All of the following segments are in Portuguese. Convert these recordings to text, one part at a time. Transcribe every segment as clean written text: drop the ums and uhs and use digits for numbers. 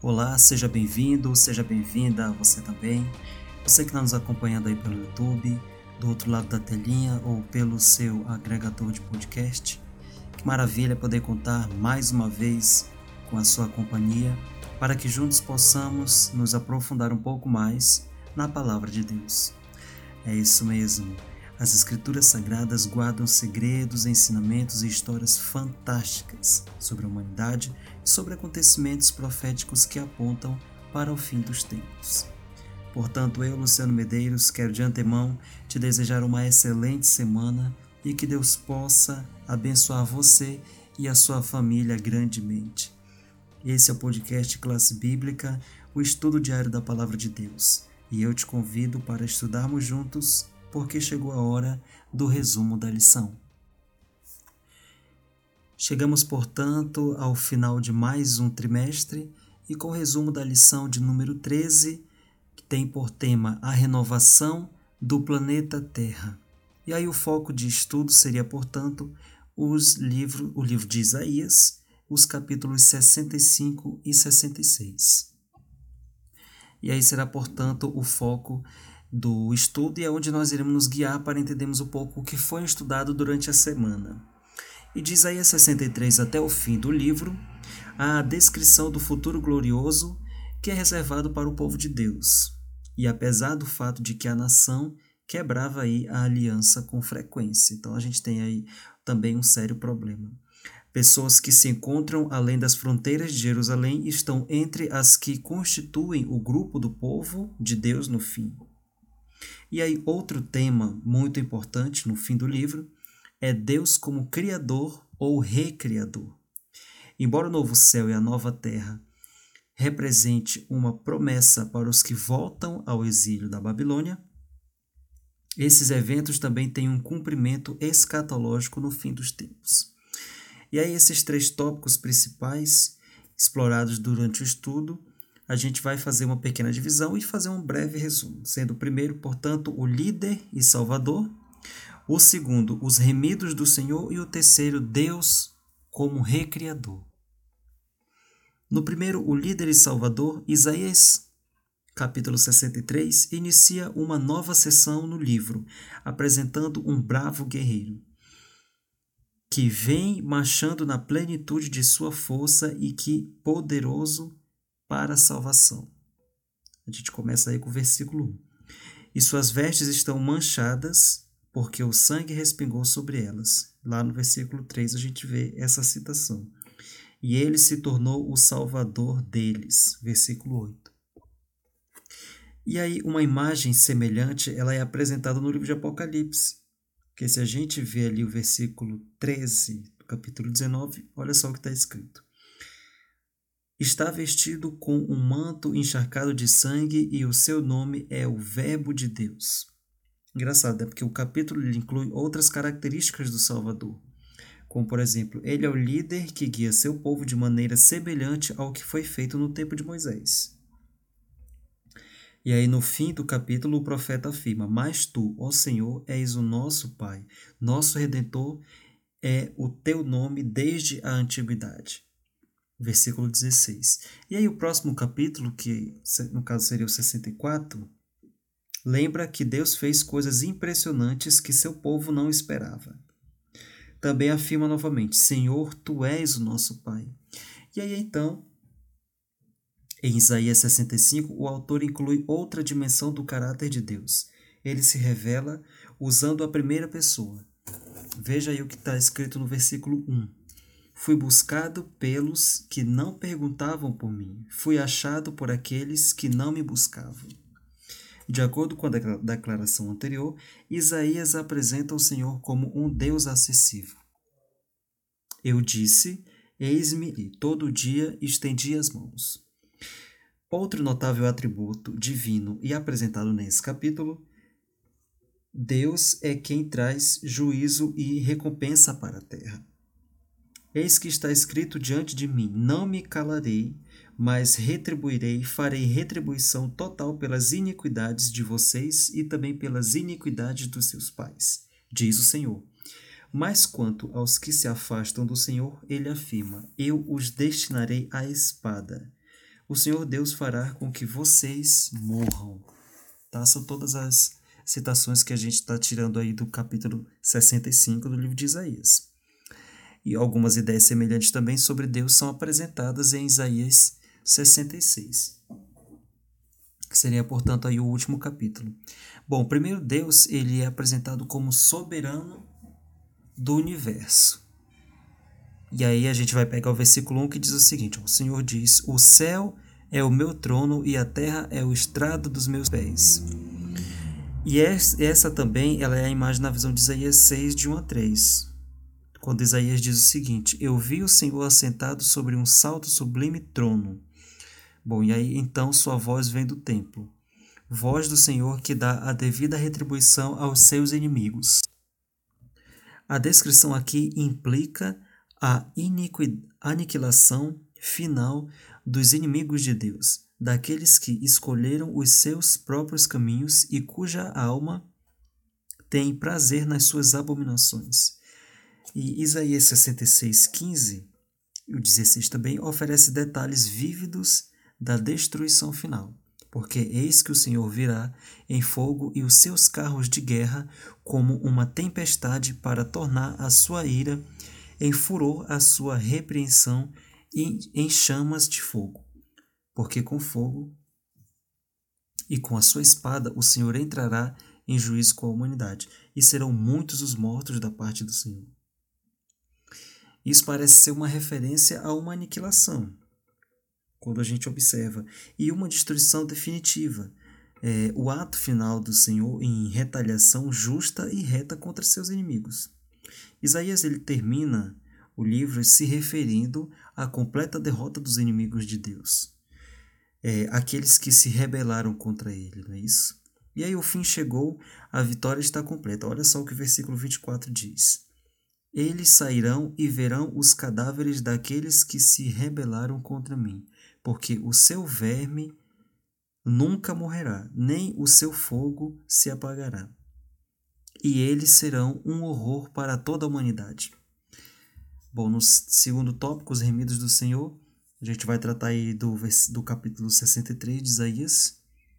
Olá, seja bem-vindo, seja bem-vinda, você também. Você que está nos acompanhando aí pelo YouTube, do outro lado da telinha ou pelo seu agregador de podcast. Que maravilha poder contar mais uma vez com a sua companhia, para que juntos possamos nos aprofundar um pouco mais na Palavra de Deus. É isso mesmo. As Escrituras Sagradas guardam segredos, ensinamentos e histórias fantásticas sobre a humanidade e sobre acontecimentos proféticos que apontam para o fim dos tempos. Portanto, eu, Luciano Medeiros, quero de antemão te desejar uma excelente semana e que Deus possa abençoar você e a sua família grandemente. Esse é o podcast Classe Bíblica, o estudo diário da Palavra de Deus. E eu te convido para estudarmos juntos, porque chegou a hora do resumo da lição. Chegamos, portanto, ao final de mais um trimestre e com o resumo da lição de número 13, que tem por tema a renovação do planeta Terra. E aí o foco de estudo seria, portanto, o livro de Isaías, os capítulos 65 e 66. E aí será, portanto, o foco do estudo e é onde nós iremos nos guiar para entendermos um pouco o que foi estudado durante a semana. E de Isaías 63 até o fim do livro, há a descrição do futuro glorioso que é reservado para o povo de Deus. E apesar do fato de que a nação quebrava aí a aliança com frequência. Então a gente tem aí também um sério problema. Pessoas que se encontram além das fronteiras de Jerusalém estão entre as que constituem o grupo do povo de Deus no fim. E aí outro tema muito importante no fim do livro é Deus como Criador ou Recriador. Embora o novo céu e a nova terra represente uma promessa para os que voltam ao exílio da Babilônia, esses eventos também têm um cumprimento escatológico no fim dos tempos. E aí esses três tópicos principais explorados durante o estudo, a gente vai fazer uma pequena divisão e fazer um breve resumo, sendo o primeiro, portanto, o líder e salvador, o segundo, os remidos do Senhor e o terceiro, Deus como recriador. No primeiro, o líder e salvador, Isaías, capítulo 63, inicia uma nova sessão no livro, apresentando um bravo guerreiro que vem marchando na plenitude de sua força e que poderoso para a salvação. A gente começa aí com o versículo 1. E suas vestes estão manchadas, porque o sangue respingou sobre elas. Lá no versículo 3 a gente vê essa citação. E ele se tornou o salvador deles. Versículo 8. E aí uma imagem semelhante ela é apresentada no livro de Apocalipse. Porque se a gente vê ali o versículo 13 do capítulo 19, olha só o que está escrito. Está vestido com um manto encharcado de sangue e o seu nome é o Verbo de Deus. Engraçado, porque o capítulo inclui outras características do Salvador. Como, por exemplo, ele é o líder que guia seu povo de maneira semelhante ao que foi feito no tempo de Moisés. E aí, no fim do capítulo, o profeta afirma: Mas tu, ó Senhor, és o nosso Pai, nosso Redentor é o teu nome desde a antiguidade. Versículo 16. E aí, o próximo capítulo, que no caso seria o 64, lembra que Deus fez coisas impressionantes que seu povo não esperava. Também afirma novamente: Senhor, tu és o nosso Pai. E aí, então, em Isaías 65, o autor inclui outra dimensão do caráter de Deus. Ele se revela usando a primeira pessoa. Veja aí o que está escrito no versículo 1. Fui buscado pelos que não perguntavam por mim. Fui achado por aqueles que não me buscavam. De acordo com a declaração anterior, Isaías apresenta o Senhor como um Deus acessível. Eu disse, eis-me e todo dia estendi as mãos. Outro notável atributo divino e apresentado nesse capítulo, Deus é quem traz juízo e recompensa para a terra. Eis que está escrito diante de mim, não me calarei, mas retribuirei, farei retribuição total pelas iniquidades de vocês e também pelas iniquidades dos seus pais, diz o Senhor. Mas quanto aos que se afastam do Senhor, ele afirma, eu os destinarei à espada. o Senhor Deus fará com que vocês morram. Tá? São todas as citações que a gente está tirando aí do capítulo 65 do livro de Isaías. E algumas ideias semelhantes também sobre Deus são apresentadas em Isaías 66, que seria, portanto, aí o último capítulo. Bom, primeiro Deus, ele é apresentado como soberano do universo. E aí a gente vai pegar o versículo 1 que diz o seguinte: o Senhor diz, o céu é o meu trono e a terra é o estrado dos meus pés. E essa também ela é a imagem na visão de Isaías 6, de 1 a 3, quando Isaías diz o seguinte: eu vi o Senhor assentado sobre um salto sublime trono. Bom, e aí então sua voz vem do templo, voz do Senhor que dá a devida retribuição aos seus inimigos. A descrição aqui implica a aniquilação final dos inimigos de Deus, daqueles que escolheram os seus próprios caminhos e cuja alma tem prazer nas suas abominações. E Isaías 66, 15 e o 16 também oferece detalhes vívidos da destruição final. Porque eis que o Senhor virá em fogo e os seus carros de guerra como uma tempestade para tornar a sua ira em furor a sua repreensão em chamas de fogo. Porque com fogo e com a sua espada o Senhor entrará em juízo com a humanidade, e serão muitos os mortos da parte do Senhor. Isso parece ser uma referência a uma aniquilação, quando a gente observa, e uma destruição definitiva, o ato final do Senhor em retaliação justa e reta contra seus inimigos. Isaías ele termina o livro se referindo à completa derrota dos inimigos de Deus, aqueles que se rebelaram contra ele, não é isso? E aí o fim chegou, a vitória está completa. Olha só o que o versículo 24 diz: eles sairão e verão os cadáveres daqueles que se rebelaram contra mim, porque o seu verme nunca morrerá, nem o seu fogo se apagará. E eles serão um horror para toda a humanidade. Bom, no segundo tópico, os remidos do Senhor, a gente vai tratar aí do capítulo 63 de Isaías.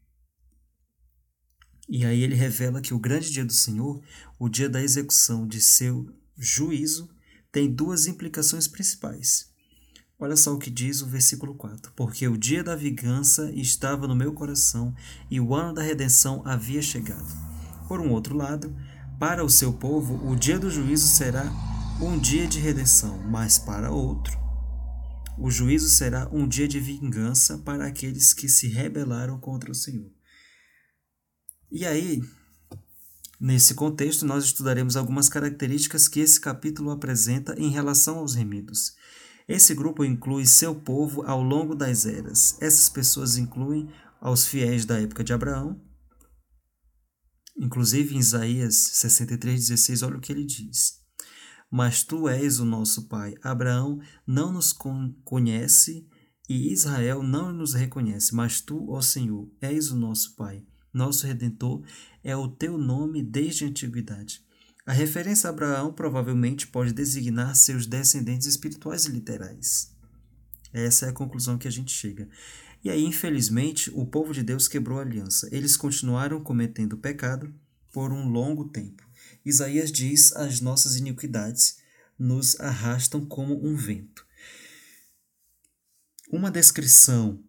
E aí ele revela que o grande dia do Senhor, o dia da execução de seu juízo, tem duas implicações principais. Olha só o que diz o versículo 4. Porque o dia da vingança estava no meu coração e o ano da redenção havia chegado. Por um outro lado, para o seu povo, o dia do juízo será um dia de redenção, mas para outro, o juízo será um dia de vingança para aqueles que se rebelaram contra o Senhor. E aí, nesse contexto, nós estudaremos algumas características que esse capítulo apresenta em relação aos remidos. Esse grupo inclui seu povo ao longo das eras. Essas pessoas incluem aos fiéis da época de Abraão. Inclusive em Isaías 63,16, olha o que ele diz: mas tu és o nosso pai. Abraão não nos conhece e Israel não nos reconhece, mas tu, ó Senhor, és o nosso pai. Nosso Redentor é o teu nome desde a antiguidade. A referência a Abraão provavelmente pode designar seus descendentes espirituais e literais. Essa é a conclusão que a gente chega. E aí, infelizmente, o povo de Deus quebrou a aliança. Eles continuaram cometendo pecado por um longo tempo. Isaías diz: as nossas iniquidades nos arrastam como um vento. Uma descrição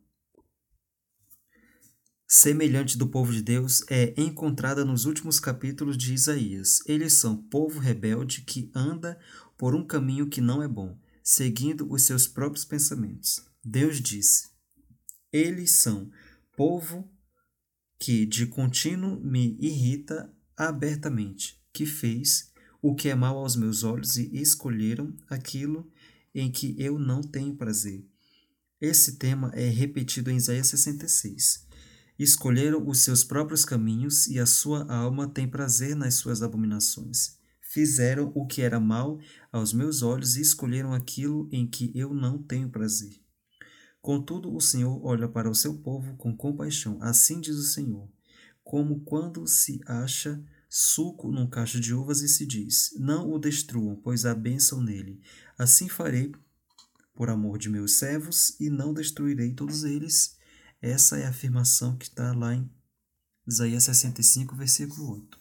semelhante do povo de Deus é encontrada nos últimos capítulos de Isaías. Eles são povo rebelde que anda por um caminho que não é bom, seguindo os seus próprios pensamentos. Deus diz: eles são povo que de contínuo me irrita abertamente, que fez o que é mal aos meus olhos e escolheram aquilo em que eu não tenho prazer. Esse tema é repetido em Isaías 66. Escolheram os seus próprios caminhos e a sua alma tem prazer nas suas abominações. Fizeram o que era mal aos meus olhos e escolheram aquilo em que eu não tenho prazer. Contudo, o Senhor olha para o seu povo com compaixão. Assim diz o Senhor: como quando se acha suco num cacho de uvas e se diz: não o destruam, pois há bênção nele. Assim farei por amor de meus servos e não destruirei todos eles. Essa é a afirmação que está lá em Isaías 65, versículo 8.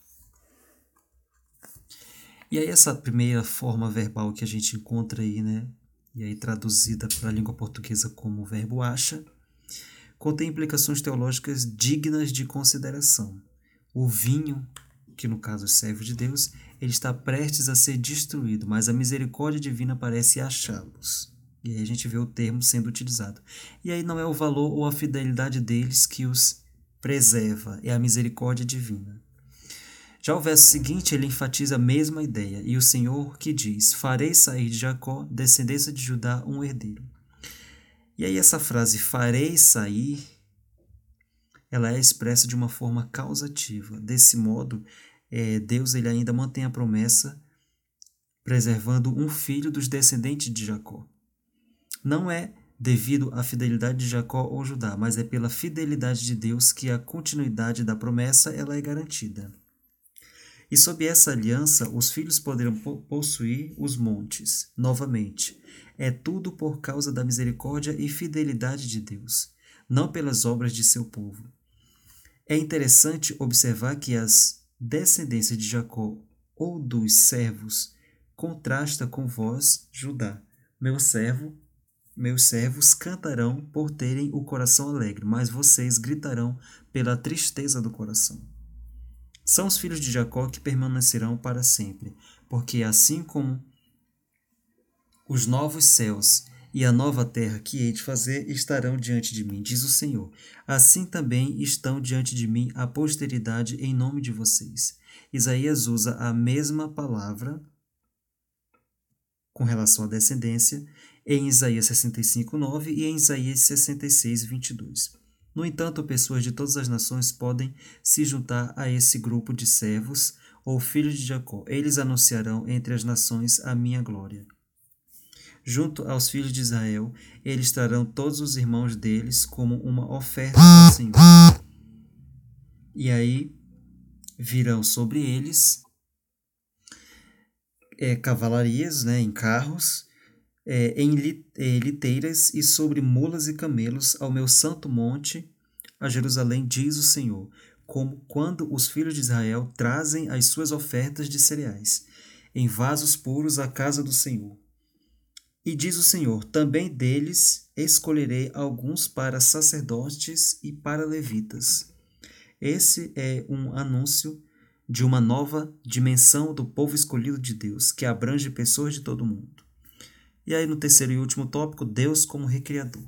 E aí essa primeira forma verbal que a gente encontra aí, né? E aí traduzida para a língua portuguesa como verbo acha, contém implicações teológicas dignas de consideração. O vinho, que no caso é servo de Deus, ele está prestes a ser destruído, mas a misericórdia divina parece achá-los. E aí a gente vê o termo sendo utilizado. E aí não é o valor ou a fidelidade deles que os preserva, é a misericórdia divina. Já o verso seguinte, ele enfatiza a mesma ideia, e o Senhor que diz, farei sair de Jacó, descendência de Judá, um herdeiro. E aí essa frase, farei sair, ela é expressa de uma forma causativa. Desse modo, Deus ele ainda mantém a promessa, preservando um filho dos descendentes de Jacó. Não é devido à fidelidade de Jacó ou Judá, mas é pela fidelidade de Deus que a continuidade da promessa ela é garantida. E sob essa aliança, os filhos poderão possuir os montes, novamente. É tudo por causa da misericórdia e fidelidade de Deus, não pelas obras de seu povo. É interessante observar que as descendências de Jacó ou dos servos contrasta com vós, Judá. Meus servos cantarão por terem o coração alegre, mas vocês gritarão pela tristeza do coração. São os filhos de Jacó que permanecerão para sempre, porque assim como os novos céus e a nova terra que hei de fazer estarão diante de mim, diz o Senhor, assim também estão diante de mim a posteridade em nome de vocês. Isaías usa a mesma palavra com relação à descendência em Isaías 65:9 e em Isaías 66:22. No entanto, pessoas de todas as nações podem se juntar a esse grupo de servos ou filhos de Jacó. Eles anunciarão entre as nações a minha glória. Junto aos filhos de Israel, eles trarão todos os irmãos deles como uma oferta ao Senhor. E aí virão sobre eles cavalarias, né, em carros, em liteiras e sobre mulas e camelos ao meu santo monte, a Jerusalém, diz o Senhor, como quando os filhos de Israel trazem as suas ofertas de cereais, em vasos puros à casa do Senhor. E diz o Senhor, também deles escolherei alguns para sacerdotes e para levitas. Esse é um anúncio de uma nova dimensão do povo escolhido de Deus, que abrange pessoas de todo o mundo. E aí, no terceiro e último tópico, Deus como recriador.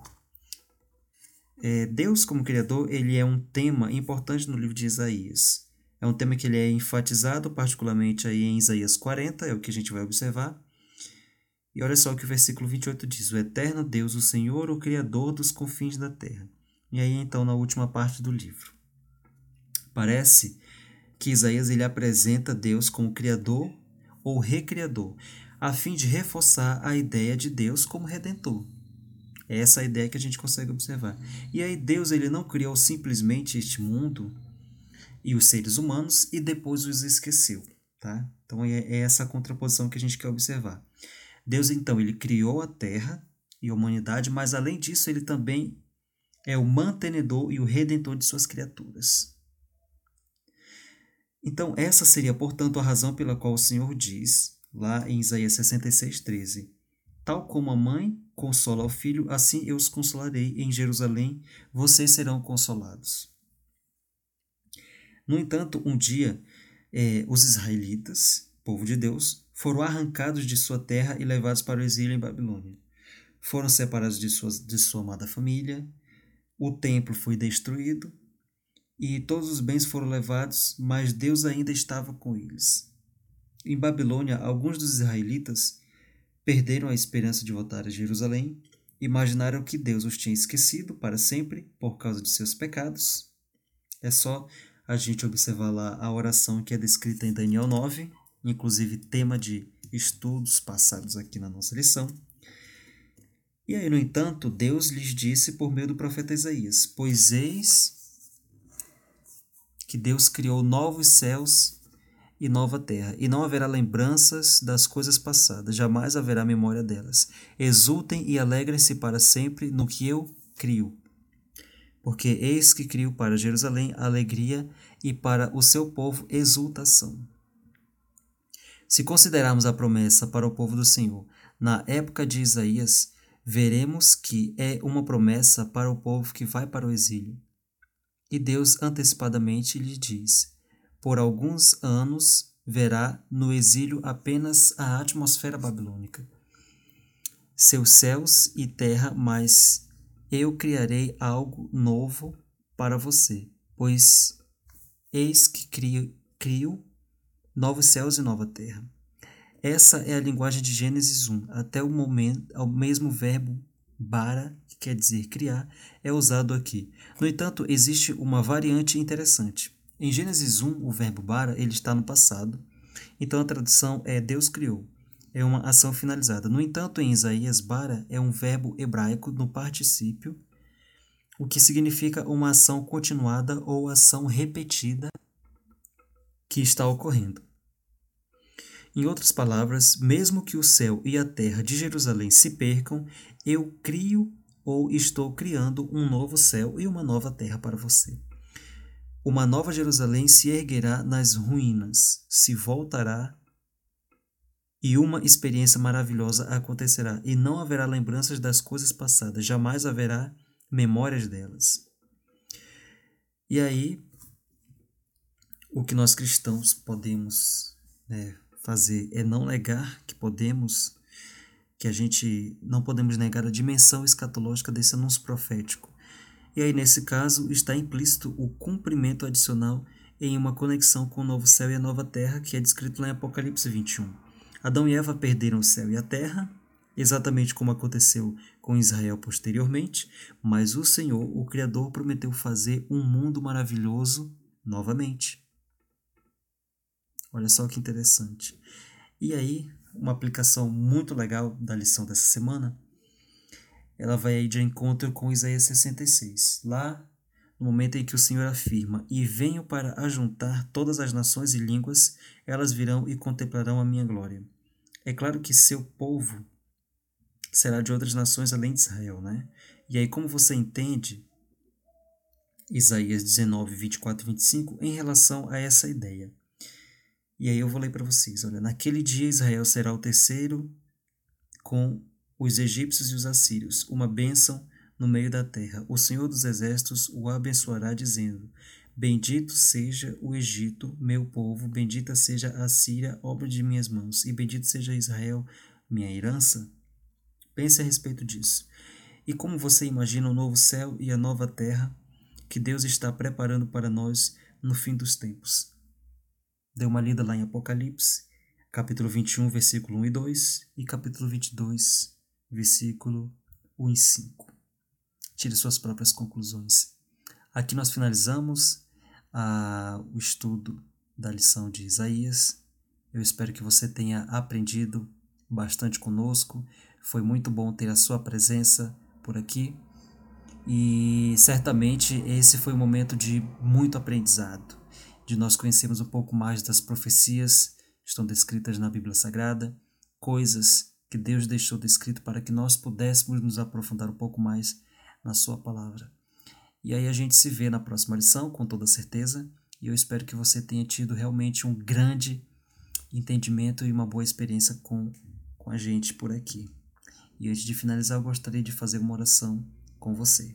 Deus como criador, ele é um tema importante no livro de Isaías. É um tema que ele é enfatizado particularmente aí em Isaías 40, é o que a gente vai observar. E olha só o que o versículo 28 diz, o eterno Deus, o Senhor, o Criador dos confins da terra. E aí, então, na última parte do livro. Parece que Isaías ele apresenta Deus como Criador ou Recriador, a fim de reforçar a ideia de Deus como Redentor. É essa a ideia que a gente consegue observar. E aí Deus ele não criou simplesmente este mundo e os seres humanos e depois os esqueceu. Tá? Então é essa a contraposição que a gente quer observar. Deus então ele criou a terra e a humanidade, mas além disso ele também é o mantenedor e o redentor de suas criaturas. Então, essa seria, portanto, a razão pela qual o Senhor diz, lá em Isaías 66:13, tal como a mãe consola o filho, assim eu os consolarei em Jerusalém, vocês serão consolados. No entanto, um dia, os israelitas, povo de Deus, foram arrancados de sua terra e levados para o exílio em Babilônia. Foram separados de sua amada família, o templo foi destruído, e todos os bens foram levados, mas Deus ainda estava com eles. Em Babilônia, alguns dos israelitas perderam a esperança de voltar a Jerusalém, imaginaram que Deus os tinha esquecido para sempre por causa de seus pecados. É só a gente observar lá a oração que é descrita em Daniel 9, inclusive tema de estudos passados aqui na nossa lição. E aí, no entanto, Deus lhes disse por meio do profeta Isaías, pois eis que Deus criou novos céus e nova terra, e não haverá lembranças das coisas passadas, jamais haverá memória delas. Exultem e alegrem-se para sempre no que eu crio. Porque eis que crio para Jerusalém alegria e para o seu povo exultação. Se considerarmos a promessa para o povo do Senhor na época de Isaías, veremos que é uma promessa para o povo que vai para o exílio. E Deus antecipadamente lhe diz: por alguns anos verá no exílio apenas a atmosfera babilônica, seus céus e terra, mas eu criarei algo novo para você, pois eis que crio novos céus e nova terra. Essa é a linguagem de Gênesis 1. Até o momento, o mesmo verbo bara, que quer dizer criar, é usado aqui. No entanto, existe uma variante interessante. Em Gênesis 1, o verbo bara ele está no passado, então a tradução é Deus criou. É uma ação finalizada. No entanto, em Isaías, bara é um verbo hebraico no particípio, o que significa uma ação continuada ou ação repetida que está ocorrendo. Em outras palavras, mesmo que o céu e a terra de Jerusalém se percam, eu crio ou estou criando um novo céu e uma nova terra para você. Uma nova Jerusalém se erguerá nas ruínas, se voltará e uma experiência maravilhosa acontecerá, e não haverá lembranças das coisas passadas, jamais haverá memórias delas. E aí, o que nós cristãos podemos fazer é não negar que a gente não podemos negar a dimensão escatológica desse anúncio profético. E aí, nesse caso, está implícito o cumprimento adicional em uma conexão com o novo céu e a nova terra, que é descrito lá em Apocalipse 21. Adão e Eva perderam o céu e a terra, exatamente como aconteceu com Israel posteriormente, mas o Senhor, o Criador, prometeu fazer um mundo maravilhoso novamente. Olha só que interessante. E aí, uma aplicação muito legal da lição dessa semana, ela vai aí de encontro com Isaías 66. Lá, no momento em que o Senhor afirma: e venho para ajuntar todas as nações e línguas, elas virão e contemplarão a minha glória. É claro que seu povo será de outras nações além de Israel, né? E aí, como você entende Isaías 19, 24 e 25 em relação a essa ideia? E aí eu vou ler para vocês. Olha, naquele dia Israel será o terceiro com os egípcios e os assírios, uma bênção no meio da terra. O Senhor dos exércitos o abençoará, dizendo: bendito seja o Egito, meu povo, bendita seja a Síria, obra de minhas mãos, e bendito seja Israel, minha herança. Pense a respeito disso. E como você imagina o novo céu e a nova terra que Deus está preparando para nós no fim dos tempos? Dê uma lida lá em Apocalipse, capítulo 21, versículo 1 e 2, e capítulo 22, versículo 1 e 5. Tire suas próprias conclusões. Aqui nós finalizamos o estudo da lição de Isaías. Eu espero que você tenha aprendido bastante conosco. Foi muito bom ter a sua presença por aqui. E certamente esse foi um momento de muito aprendizado, de nós conhecermos um pouco mais das profecias que estão descritas na Bíblia Sagrada, coisas que Deus deixou descrito para que nós pudéssemos nos aprofundar um pouco mais na sua palavra. E aí a gente se vê na próxima lição, com toda certeza, e eu espero que você tenha tido realmente um grande entendimento e uma boa experiência com a gente por aqui. E antes de finalizar, eu gostaria de fazer uma oração com você.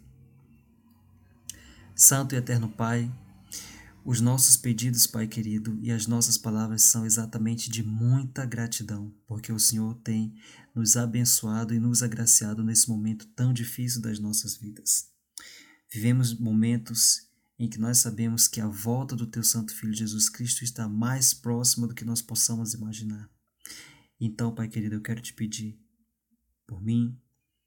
Santo e eterno Pai, os nossos pedidos, Pai querido, e as nossas palavras são exatamente de muita gratidão, porque o Senhor tem nos abençoado e nos agraciado nesse momento tão difícil das nossas vidas. Vivemos momentos em que nós sabemos que a volta do Teu Santo Filho Jesus Cristo está mais próxima do que nós possamos imaginar. Então, Pai querido, eu quero te pedir por mim,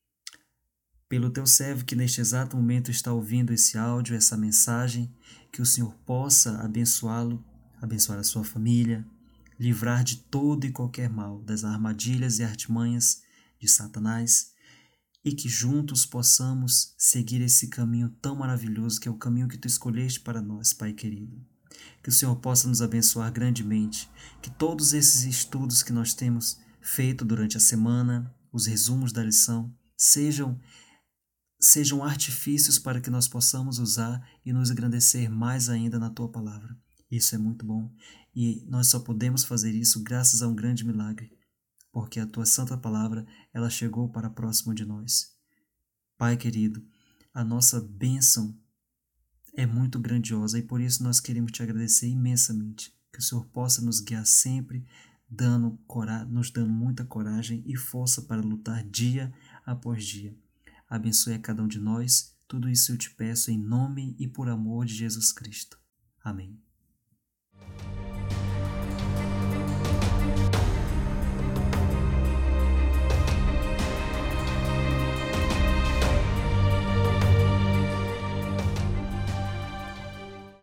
pelo Teu servo que neste exato momento está ouvindo esse áudio, essa mensagem, que o Senhor possa abençoá-lo, abençoar a sua família, livrar de todo e qualquer mal, das armadilhas e artimanhas de Satanás, e que juntos possamos seguir esse caminho tão maravilhoso que é o caminho que Tu escolheste para nós, Pai querido. Que o Senhor possa nos abençoar grandemente, que todos esses estudos que nós temos feito durante a semana, os resumos da lição, sejam artifícios para que nós possamos usar e nos engrandecer mais ainda na Tua palavra. Isso é muito bom e nós só podemos fazer isso graças a um grande milagre, porque a Tua santa palavra, ela chegou para próximo de nós. Pai querido, a nossa bênção é muito grandiosa e por isso nós queremos Te agradecer imensamente, que o Senhor possa nos guiar sempre, nos dando muita coragem e força para lutar dia após dia. Abençoe a cada um de nós. Tudo isso eu te peço em nome e por amor de Jesus Cristo. Amém.